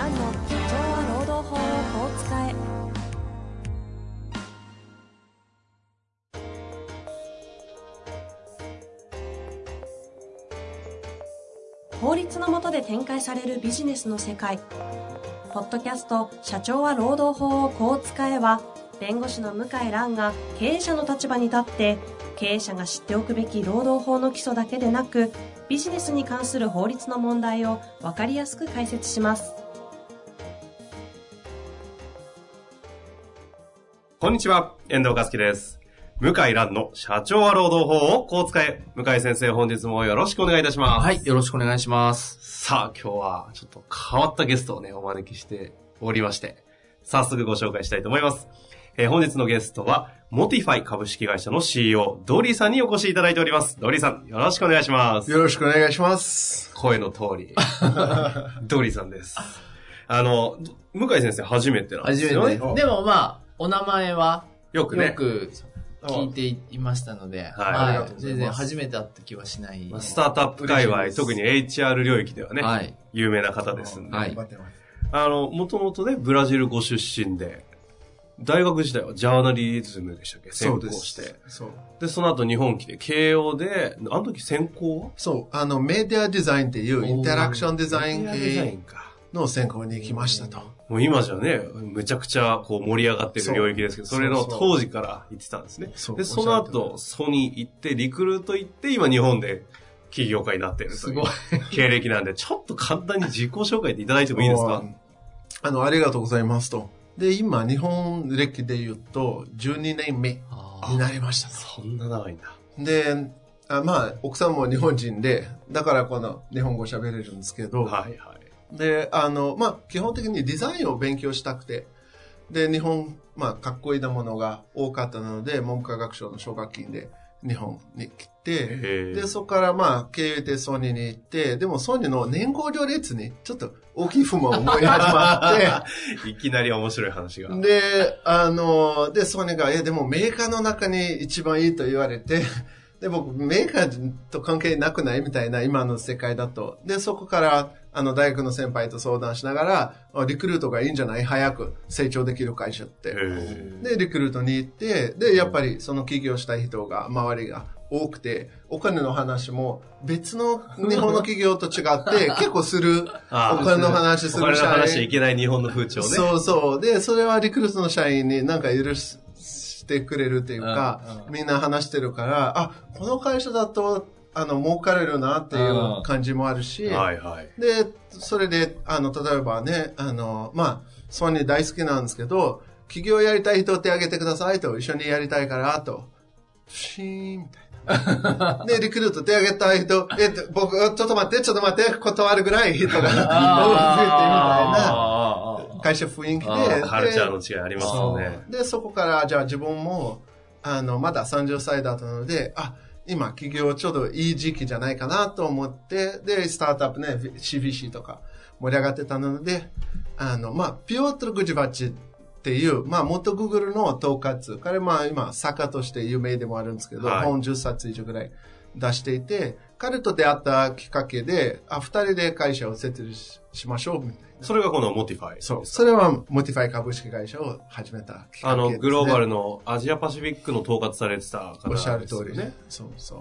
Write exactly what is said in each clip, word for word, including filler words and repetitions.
蘭の社長は労働法をこう使え。法律の下で展開されるビジネスの世界。ポッドキャスト社長は労働法をこう使えは、弁護士の向井蘭が経営者の立場に立って経営者が知っておくべき労働法の基礎だけでなく、ビジネスに関する法律の問題を分かりやすく解説します。 こんにちは、遠藤和樹です。向井蘭の社長は労働法をこう使え。向井先生、本日もよろしくお願いいたします。 はい、よろしくお願いします。 さあ、今日はちょっと変わったゲストをね、お招きしておりまして、早速ご紹介したいと思います。えー、本日のゲストは、モティファイ株式会社の シーイーオー、ドリーさんにお越しいただいております。ドリーさん、よろしくお願いします。 よろしくお願いします。 声の通り、ドリーさんです。あの、向井先生初めてなんですよね。 初めて。でもまあ、お名前は、 よくね。 よく聞いていましたので、 はい。 はい、全然初めて会った気はしない。 スタートアップ界隈、特に エイチアール 領域ではね、はい、有名な方ですんで。 はい。 あの、もともとね、ブラジルご出身で、大学時代はジャーナリズムでしたっけ、専攻して。 そうでで、その後日本来て慶応で、あの時専攻はそう、あの、メディアデザインっていうインタラクションデザイン系の専攻に行きましたと。 もう今じゃね、むちゃくちゃこう盛り上がってる領域ですけど、それの当時から行ってたんですね。そうで、その後、ソニー行って、リクルート行って、今日本で起業家になっているという経歴なんで、ちょっと簡単に自己紹介っていただいてもいいですか？ あの、ありがとうございますと。で、今、日本歴で言うと、じゅうにねんめになりましたと。 そんな長いんだ。 で、あまあ、奥さんも日本人で、だからこの日本語喋れるんですけど、 はいはい。 で、あの、まあ、基本的にデザインを勉強したくて、で、日本、まあ、かっこいいなものが多かったので、文部科学省の奨学金で日本に来て、で、そこからまあ、経営でソニーに行って、でもソニーの年功序列にちょっと大きい不満を思い始まって、 いきなり面白い話が。 で、あの、で、ソニーが、え、でもメーカーの中に一番いいと言われて、で、僕、メーカーと関係なくないみたいな、今の世界だと。で、そこから、あの、大学の先輩と相談しながら、リクルートがいいんじゃない？早く成長できる会社って。で、リクルートに行って、で、やっぱりその起業したい人が、周りが多くて、お金の話も別の日本の企業と違って結構する、お金の話する社員。お金の話いけない日本の風潮ね。 そうそう。で、それはリクルートの社員になんか許してくれるっていうか、みんな話してるから、あ、この会社だと、あの、儲かれるなっていう感じもあるし、 はいはい。 で、それで、あの、例えばね、あの、まあ、ソニー大好きなんですけど、起業やりたい人手挙げてくださいと、一緒にやりたいからと、シーンみたいな。で、リクルート手挙げたい人、え、僕、ちょっと待って、ちょっと待って、断るぐらい人が増えてみたいな会社雰囲気で。 カルチャーの違いありますよね。 で、そこから、じゃあ自分も、あの、まださんじゅっさいだったので、あ、今、企業ちょうどいい時期じゃないかなと思って、で、スタートアップね、シービーシー とか盛り上がってたので、あの、まあ、ピオートル・グジバッチっていう、まあ、元 Google の統括、彼まあ、今、作家として有名でもあるんですけど、はい、本じゅっさつ以上ぐらい出していて、彼と出会ったきっかけで、あ、二人で会社を設立しましょう、みたいな。 それがこのモティファイ。 そう。それはモティファイ株式会社を始めたきっかけですね。 あの、グローバルのアジアパシフィックの統括されてた方ですよね。 おっしゃる通りね。そうそう。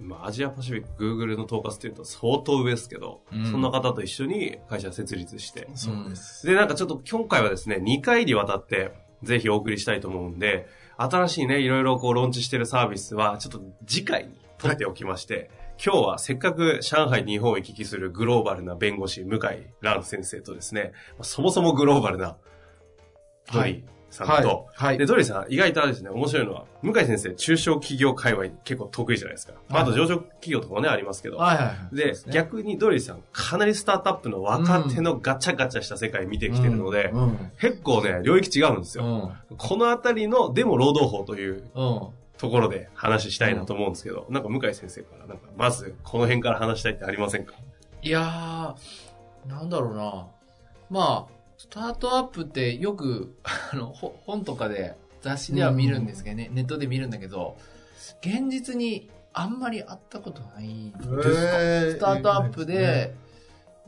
まあ、アジアパシフィック、グーグルの統括っていうと相当上ですけど、うん、そんな方と一緒に会社設立して。 そうです。 で、なんかちょっと今回はですね、にかいにわたってぜひお送りしたいと思うんで、新しいね、いろいろこうローンチしてるサービスはちょっと次回に取っておきまして、はい、今日はせっかく上海日本を行き来するグローバルな弁護士向井蘭先生とですね、そもそもグローバルなドリーさんと、はいはい、でドリーさん意外とあれですね、面白いのは向井先生中小企業界隈結構得意じゃないですか、はい、あと上場企業とかもねありますけど、はいはいはい、で、ね、逆にドリーさんかなりスタートアップの若手のガチャガチャした世界見てきてるので、うんうん、結構ね領域違うんですよ、うん、このあたりのでも労働法というところで話したいなと思うんですけど、うん、なんか向井先生からなんかまずこの辺から話したいってありませんか？ いやー、なんだろうな。まあ、スタートアップってよく、あの、本とかで雑誌では見るんですけどね、うん、ネットで見るんだけど、現実にあんまり会ったことないんですか？スタートアップで、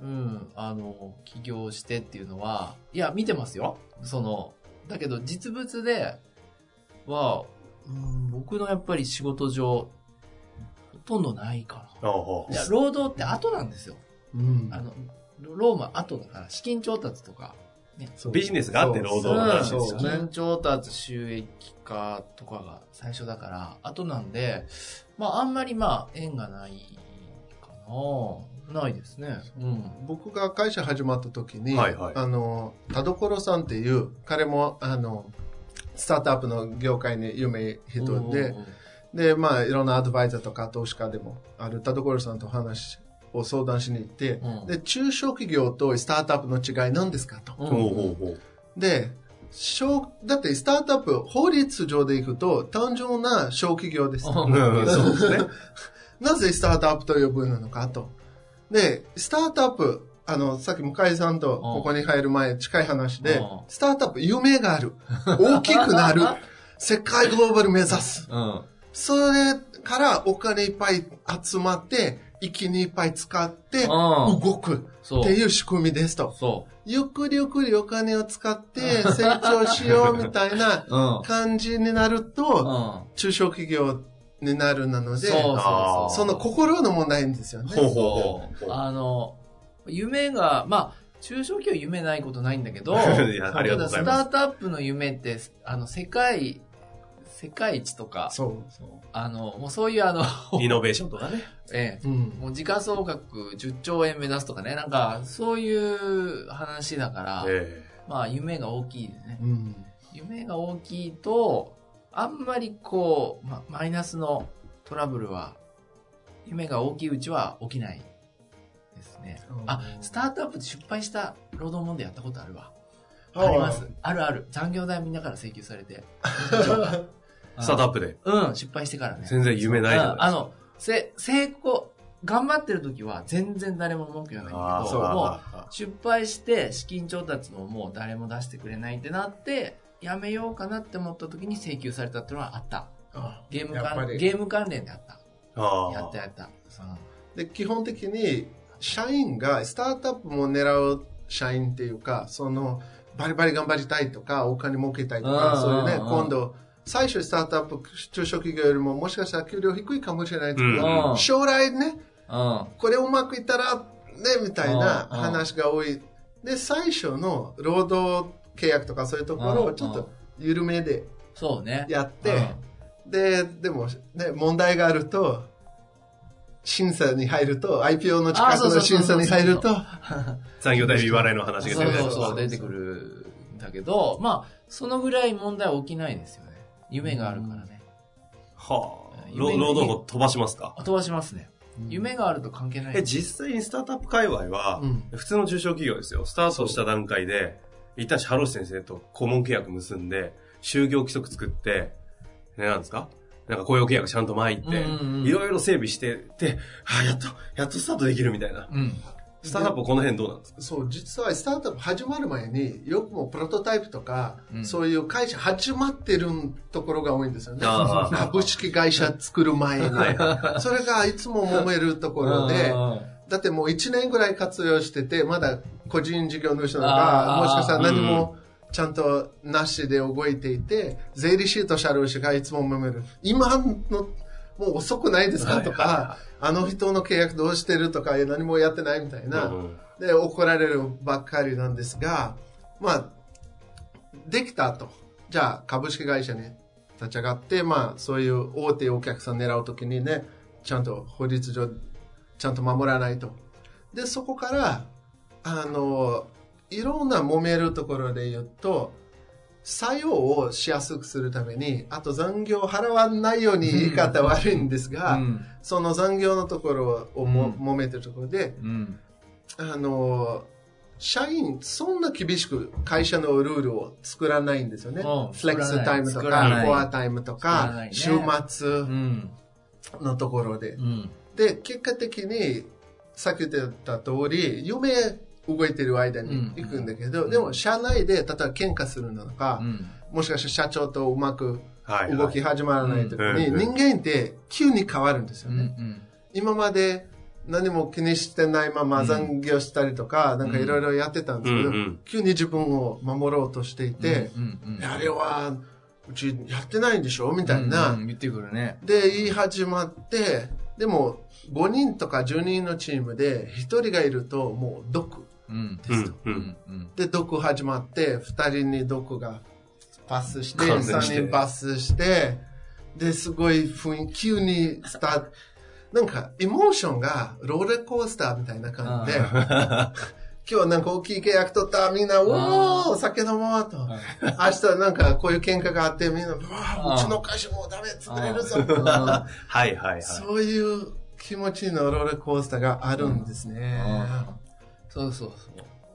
うん、あの、起業してっていうのは、いや、見てますよ。その、だけど実物では、うん、僕のやっぱり仕事上、ほとんどないかな。いや、労働って後なんですよ。 うん、 あの、ローマ後だから、資金調達とか、ね、 ビジネスがあって労働の話ですよね。 資金調達、収益化とかが最初だから、後なんで、まあ、あんまりまあ、縁がないかな。ないですね。うん、 僕が会社始まった時に、 はいはい、 あの、田所さんっていう、彼も、あの、スタートアップの業界に有名人で、で、まあ、いろんなアドバイザーとか投資家でもある田所さんと話を相談しに行って、うん、で、中小企業とスタートアップの違い何ですかと。うん、で、小、だってスタートアップ、法律上でいくと単純な小企業です。そうですね。なぜスタートアップと呼ぶのかと。で、スタートアップ、あの、さっき向井さんとここに入る前近い話で、スタートアップ夢がある。大きくなる。世界グローバル目指す。うん、それからお金いっぱい集まって、一気にいっぱい使って動くっていう仕組みですと。そうゆっくりゆっくりお金を使って成長しようみたいな感じになると、中小企業になるなので、そうそうそう、その心の問題ですよね。 そうそう。あの、夢が、まあ、中小企業夢ないことないんだけど、いやありがとうございます。スタートアップの夢って、あの、世界、世界一とか、そうそう、あの、もうそういうあの、 イノベーションとかね。 ええ、うん、もう時価総額じゅっちょうえん目指すとかね、なんか、そういう話だから、ええ、まあ、夢が大きいですね。うん、夢が大きいと、あんまりこう、ま、マイナスのトラブルは、夢が大きいうちは起きないですね。あ、スタートアップで失敗した労働問題やったことあるわ。あります。あるある。残業代みんなから請求されて。 スタートアップで。 うん、失敗してからね。 全然夢ないじゃないですか。 あの、せ、成功、頑張ってる時は全然誰も文句言わないんだけど、もう失敗して資金調達ももう誰も出してくれないってなって、やめようかなって思った時に請求されたっていうのはあった。ゲーム関ゲーム関連であった。あやったやった。 で、基本的に社員がスタートアップも狙う社員っていうか、そのバリバリ頑張りたいとか、お金儲けたいとか、そういうね、今度、最初スタートアップ、中小企業よりももしかしたら給料低いかもしれないけど、うん、将来ね、うん、これうまくいったらね、みたいな話が多い。で、最初の労働契約とかそういうところをちょっと緩めでやって、で、でもね、問題があると、審査に入ると、アイピーオー の近くの審査に入ると、 残業代日払いの話が出てくる。そうそうそう、出てくるんだけど、まあ、そのぐらい問題は起きないですよね。夢があるからね。 はあ。労働法飛ばしますか？ 飛ばしますね。夢があると関係ない。 え、実際にスタートアップ界隈は、うん、普通の中小企業ですよ。スタートした段階で、一旦ハロシ先生と顧問契約結んで、就業規則作って、ね、なんですか？なんか雇用契約ちゃんと巻いて、いろいろ整備して、で、あ、やっと、やっとスタートできるみたいな。うん、スタートアップこの辺どうなんですか？ そう、実はスタートアップ始まる前によくもプロトタイプとか、うん、そういう会社始まってるところが多いんですよね。株式会社作る前に。それがいつも揉めるところで、だってもういちねんぐらい活用してて、まだ個人事業主とか、もしかしたら何もちゃんとなしで動いていて、税理士と社労士がいつも揉める。今のもう遅くないですかとか、あの人の契約どうしてるとか、何もやってないみたいな、うん、で、怒られるばっかりなんですが、まあ、できたと。じゃあ、株式会社に立ち上がって、まあ、そういう大手お客さん狙うときにね、ちゃんと法律上、ちゃんと守らないと。で、そこから、あの、いろんな揉めるところで言うと、作用をしやすくするために、あと残業を払わないように言い方悪いんですが、うん、その残業のところをも、うん、揉めてるところで、うん、あの、社員、そんな厳しく会社のルールを作らないんですよね。フレックスタイムとか、コアタイムとか、ね、週末のところで、うん。で、結果的に、さっき言ってた通り、夢、動いてる間に行くんだけど、うん、でも社内で例えば喧嘩するのか、うん、もしかしたら社長とうまく動き始まらないときに、人間って急に変わるんですよね。うんうん、今まで何も気にしてないまま残業したりとか、うん、なんかいろいろやってたんですけど、うんうん、急に自分を守ろうとしていて、うんうんうん、あれは、うちやってないんでしょみたいな、 うんうん、言ってくるね。 で、言い始まって、でも、ごにんとかじゅうにんのチームで、ひとりがいると、もう毒ですと。うんうんうん、で、毒始まって、ふたりに毒がパスして、さんにんパスして、で、すごい雰囲気、急にスタート、なんか、エモーションがローラーコースターみたいな感じで、今日なんか大きい契約取った、みんな、うおー、お酒飲もうと。明日なんかこういう喧嘩があって、みんな、うわうちの会社もうダメ、潰れるぞ。 はいはいはい。 そういう気持ちのローラーコースターがあるんですね。 そうそうそう。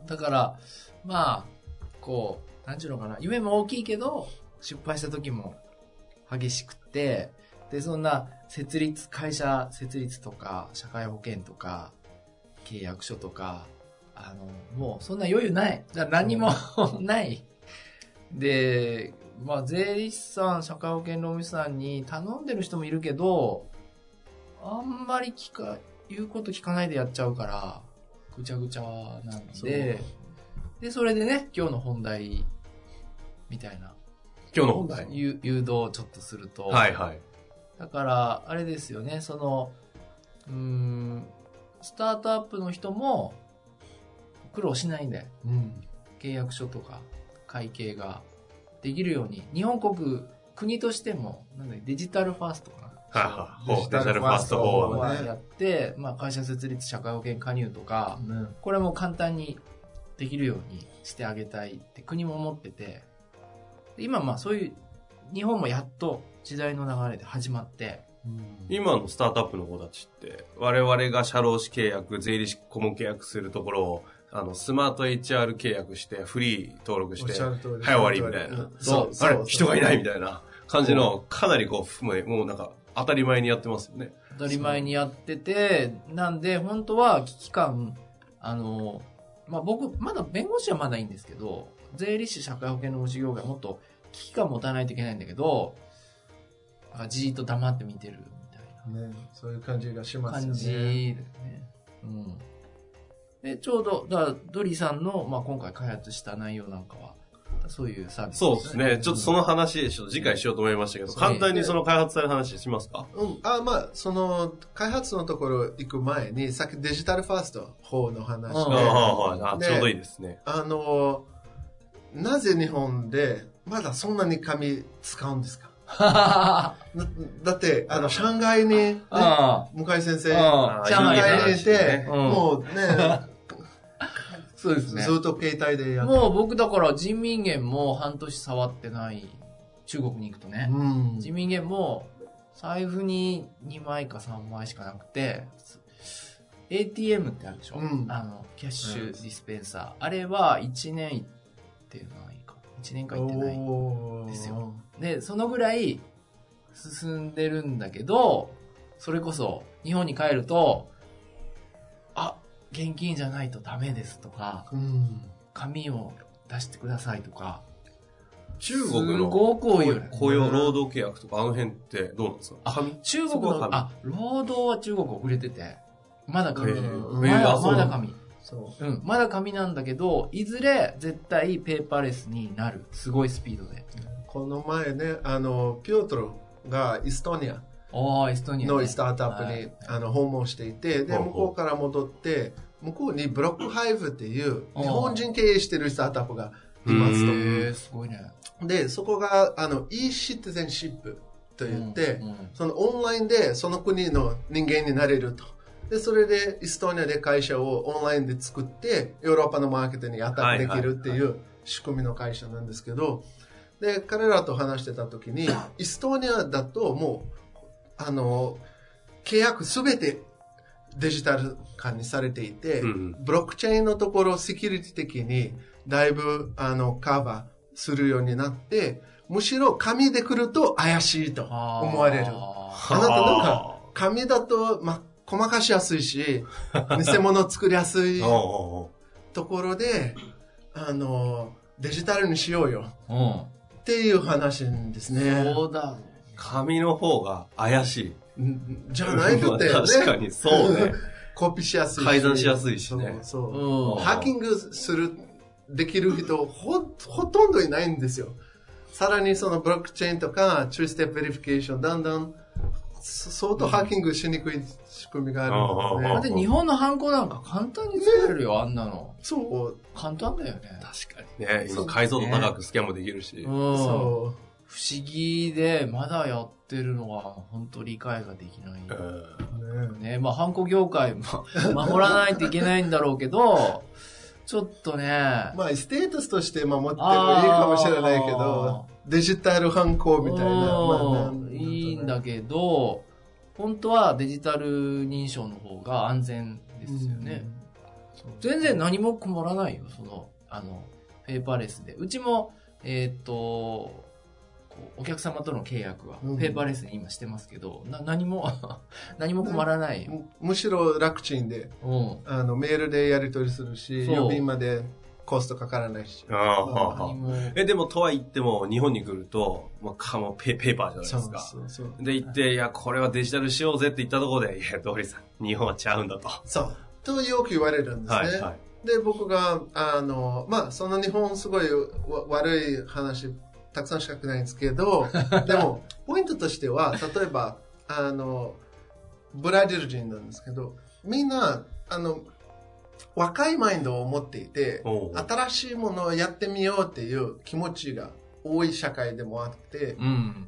だから、まあ、こう、なんちゅうのかな、夢も大きいけど、失敗した時も激しくて、で、そんな設立、会社設立とか、社会保険とか、契約書とか、あの、もうそんな余裕ない。だから何もない。で、まあ、税理士さん、社会保険労務士さんに頼んでる人もいるけど、あんまり聞か、言うこと聞かないでやっちゃうから、ぐちゃぐちゃなんで、で、それでね、今日の本題、みたいな。 今日の本題誘導をちょっとすると。 はいはい。 だから、あれですよね、その、うーん、スタートアップの人も、苦労しないんで、うん、契約書とか会計ができるように、日本国、国としても、なんだデジタルファーストかな。 はあ、デジタルファースト法をやって、まあ、会社設立、社会保険加入とか、うん、これも簡単にできるようにしてあげたいって国も思ってて、今まあそういう、日本もやっと時代の流れで始まって、 うん、今のスタートアップの子たちって、我々が社労士契約、税理士顧問契約するところを、あの、スマート エイチアール 契約して、フリー登録して、はい終わりみたいな。そう、あれ、人がいないみたいな感じの、かなりこう、もうなんか、当たり前にやってますよね。 当たり前にやってて、なんで、本当は危機感、あの、まあ、僕、まだ弁護士はまだいいんですけど、税理士社会保険の事業がもっと危機感持たないといけないんだけど、じーっと黙って見てるみたいな。 ね、そういう感じがしますよね。 感じですね。うん。で、ちょうど、だからドリさんの、まあ、今回開発した内容なんかは、そういうサービスですね。 そうですね。ちょっとその話、ちょっと次回しようと思いましたけど、簡単にその開発される話しますか？ うん。あ、まあ、その、開発のところ行く前に、さっきデジタルファースト法の話で、 ああ、ちょうどいいですね。 あの、なぜ日本で、まだそんなに紙使うんですか？だ, だって、あの、上海に、ね、向井先生、上海にいて、ね、もうね、 そうですね。 ずっと携帯でやって。 もう僕だから人民元も半年触ってない。中国に行くとね。うん、人民元も財布ににまいかさんまいしかなくて、エーティーエム ってあるでしょ、うん、あの、キャッシュディスペンサー。うん、あれはいちねん行ってないか。いちねんか行ってないんですよ。で、そのぐらい進んでるんだけど、それこそ日本に帰ると、あ、現金じゃないとダメですとか、うん、紙を出してくださいとか、 中国の雇用労働契約とかあの辺ってどうなんですか？ あ、中国の、あ、労働は中国遅れてて、まだ紙。 まだ、まだ紙。そう。うん。まだ紙なんだけど、いずれ絶対ペーパーレスになる。すごいスピードで。 この前ね、あの、ピョートルがエストニアのスタートアップに、あの訪問していて、で、向こうから戻って、向こうにブロックハイブっていう日本人経営してるスタートアップがいますと。 へー、すごいね。 で、そこが、あの、e シティゼンシップと言って、うんうん、そのオンラインでその国の人間になれると。で、それでエストニアで会社をオンラインで作って、ヨーロッパのマーケットにアタックできるっていう仕組みの会社なんですけど、で、彼らと話してた時に、エストニアだともう、あの、契約すべてデジタル化にされていて、うん、ブロックチェーンのところセキュリティ的にだいぶあのカバーするようになって、むしろ紙で来ると怪しいと思われる。あなたなんか紙だと、ま、ごまかしやすいし、偽物作りやすいところで、あの、デジタルにしようよ。っていう話ですね。 そうだ。 紙の方が怪しい。 じゃないとって、ね。 確かにそうね。 コピーしやすいし。 改ざんしやすいしね。 そうそう、 うん、 ハッキングする、できる人ほ、ほとんどいないんですよ。さらにそのブロックチェーンとか、ツーステップベリフィケーション、だんだん、相当ハッキングしにくい仕組みがあるので、ね。 だって日本のハンコなんか簡単に作れるよ、ね、あんなの。 そう。 簡単だよね。 確かにね。今解像度高くスキャンもできるし。 うん、そう。不思議で、まだやってるのは、本当理解ができない。うん、ね。まあ、ハンコ業界も守らないといけないんだろうけど、ちょっとね。 まあ、ステータスとして守ってもいいかもしれないけど、デジタルハンコみたいな。まあ、いいんだけど、本当はデジタル認証の方が安全ですよね。うん、全然何も困らないよ、その、あの、ペーパーレスで。うちも、えっと、お客様との契約はペーパーレスに今してますけど、うん、な何も何も困らないよ。 む, むしろ楽ちんで、うん、あのメールでやり取りするし、郵便までコストかからないし。 あえでもとは言っても日本に来ると、まあ、かも ペ, ペーパーじゃないですか。そうそうそうで行っていやこれはデジタルしようぜって言ったところでいやドリさん日本はちゃうんだと。 そうとよく言われるんですね。はいはい、で僕があのまあその日本すごい悪い話たくさんしたくないんですけど、でも、ポイントとしては、例えば、あの、ブラジル人なんですけど、みんな、あの、若いマインドを持っていて、新しいものをやってみようっていう気持ちが多い社会でもあって、うん、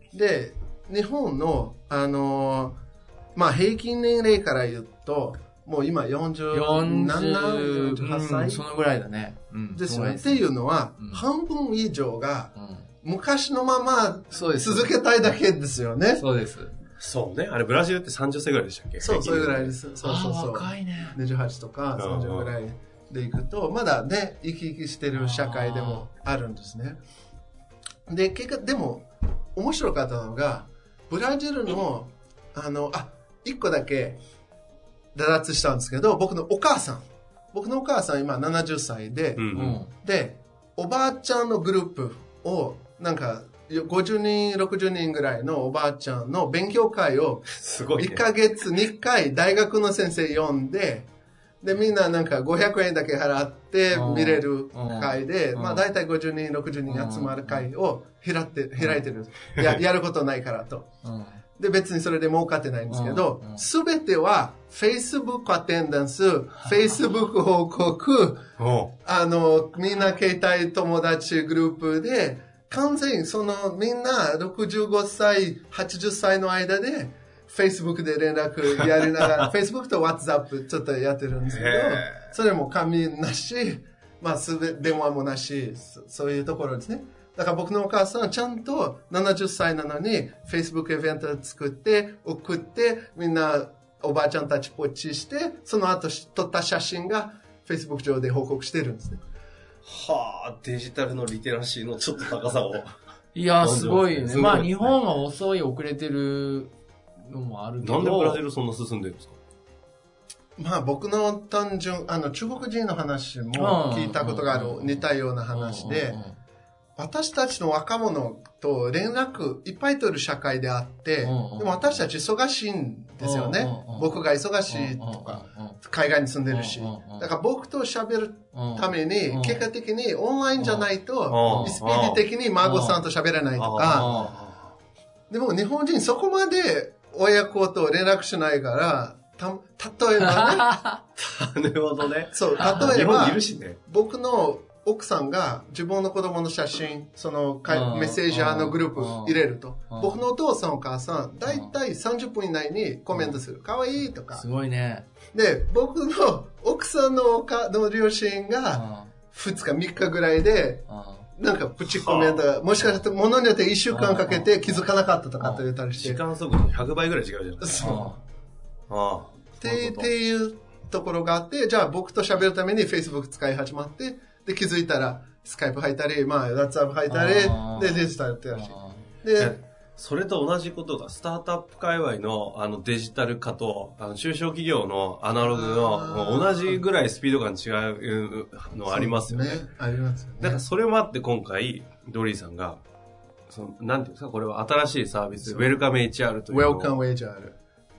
で、日本の、あの、まあ、平均年齢から言うと、もう今よんじゅうなな、よんじゅうはっさい、 うん、そのぐらいだね。 うん、ですよね。っていうのは、うん、半分以上が、うん昔のまま続けたいだけですよね。 そうです。 そうね。あれブラジルってさんじゅっさいぐらいでしたっけ？ そう、それぐらいです。そうそうそう。 若いね。 にじゅうはちとかさんじゅうぐらいでいくと、まだね、生き生きしてる社会でもあるんですね。で、結果、でも、面白かったのが、ブラジルの、あの、あ、一個だけ、脱脱したんですけど、僕のお母さん。僕のお母さん今ななじゅっさいで、うんうん、で、おばあちゃんのグループを、なんか、ごじゅうにん、ろくじゅうにんぐらいのおばあちゃんの勉強会を、いっかげつにいっかい大学の先生呼んで、で、みんななんかごひゃくえんだけ払って見れる会で、まあ大体ごじゅうにん、ろくじゅうにん集まる会を開って、開いてる。や、やることないからと。で、別にそれで儲かってないんですけど、すべては Facebook アテンダンス、Facebook 報告、あの、みんな携帯友達グループで、完全にそのみんなろくじゅうごさい、はちじゅっさいの間で、Facebook で連絡やりながら、Facebook と WhatsApp ちょっとやってるんですけど、それも紙なし、まあすべ、電話もなし、そういうところですね。だから僕のお母さんはちゃんとななじゅっさいなのに Facebook イベント作って送ってみんなおばあちゃんたちポチしてその後撮った写真が Facebook 上で報告してるんですね。 はあ、デジタルのリテラシーのちょっと高さを。 いや、すごいよね。まあ日本は遅い遅れてるのもあるけど。 なんでブラジルそんな進んでるんですか？ まあ僕の単純、あの中国人の話も聞いたことがある似たような話で、私たちの若者と連絡いっぱい取る社会であって、でも私たち忙しいんですよね。僕が忙しいとか、海外に住んでるし。だから僕と喋るために、結果的にオンラインじゃないと、スピーディー的に孫さんと喋れないとか、でも日本人そこまで親子と連絡しないから、た、例えばね。 なるほどね。 そう、例えば、僕の奥さんが自分の子供の写真、そのメッセージあのグループ入れると。僕のお父さんお母さん、だいたいさんじゅっぷん以内にコメントする。かわいいとか。 すごいね。 で、僕の奥さんのおかの両親がふつかみっかぐらいで、なんかプチコメントが、もしかしてものによっていっしゅうかんかけて気づかなかったとかって言ったりして。 時間速度ひゃくばいぐらい違うじゃないですか。そう。 ああっていうところがあって、じゃあ僕と喋るために Facebook 使い始まって、で気づいたらスカイプ入ったり、まあ WhatsApp 入ったり、でデジタルってやるし。 で、それと同じことがスタートアップ界隈のあのデジタル化とあの中小企業のアナログの同じぐらいスピード感違うのありますよね。ねありますよね。 だからそれもあって今回ドリーさんがそのなんていうんですかこれは新しいサービスウェルカム エイチアール というウェルカム エイチアール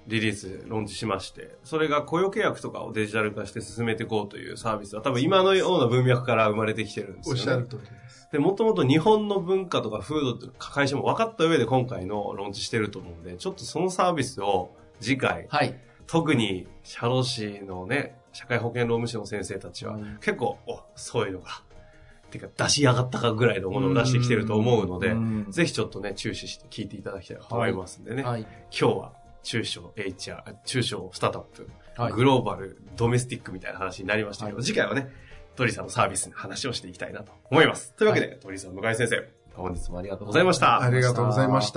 リリース、ローンチしまして、それが雇用契約とかをデジタル化して進めていこうというサービスは多分今のような文脈から生まれてきてるんですよね。 おっしゃる通りです。 で、もともと日本の文化とか風土とか会社も分かった上で今回のローンチしてると思うんで、ちょっとそのサービスを次回、 はい。 特に社労士のね、社会保険労務士の先生たちは、 うん、 結構、お、そういうのが、てか出し上がったかぐらいのものを出してきてると思うので、ぜひちょっとね、注視して聞いていただきたいと思いますんでね。はい、今日は中小 エイチアール、中小スタートアップ、はい、グローバル、ドメスティックみたいな話になりましたけど、はい、次回はね、鳥さんのサービスの話をしていきたいなと思います。というわけで、はい、鳥さん、向井先生、本日もありがとうございました。 ありがとうございました。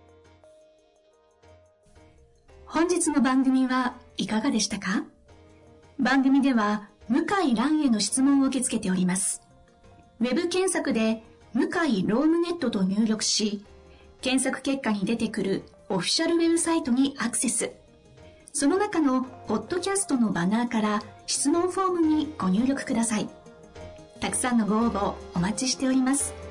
本日の番組はいかがでしたか？番組では向井蘭への質問を受け付けております。ウェブ検索で向井ロームネットと入力し、検索結果に出てくるオフィシャルウェブサイトにアクセス。その中のポッドキャストのバナーから質問フォームにご入力ください。たくさんのご応募お待ちしております。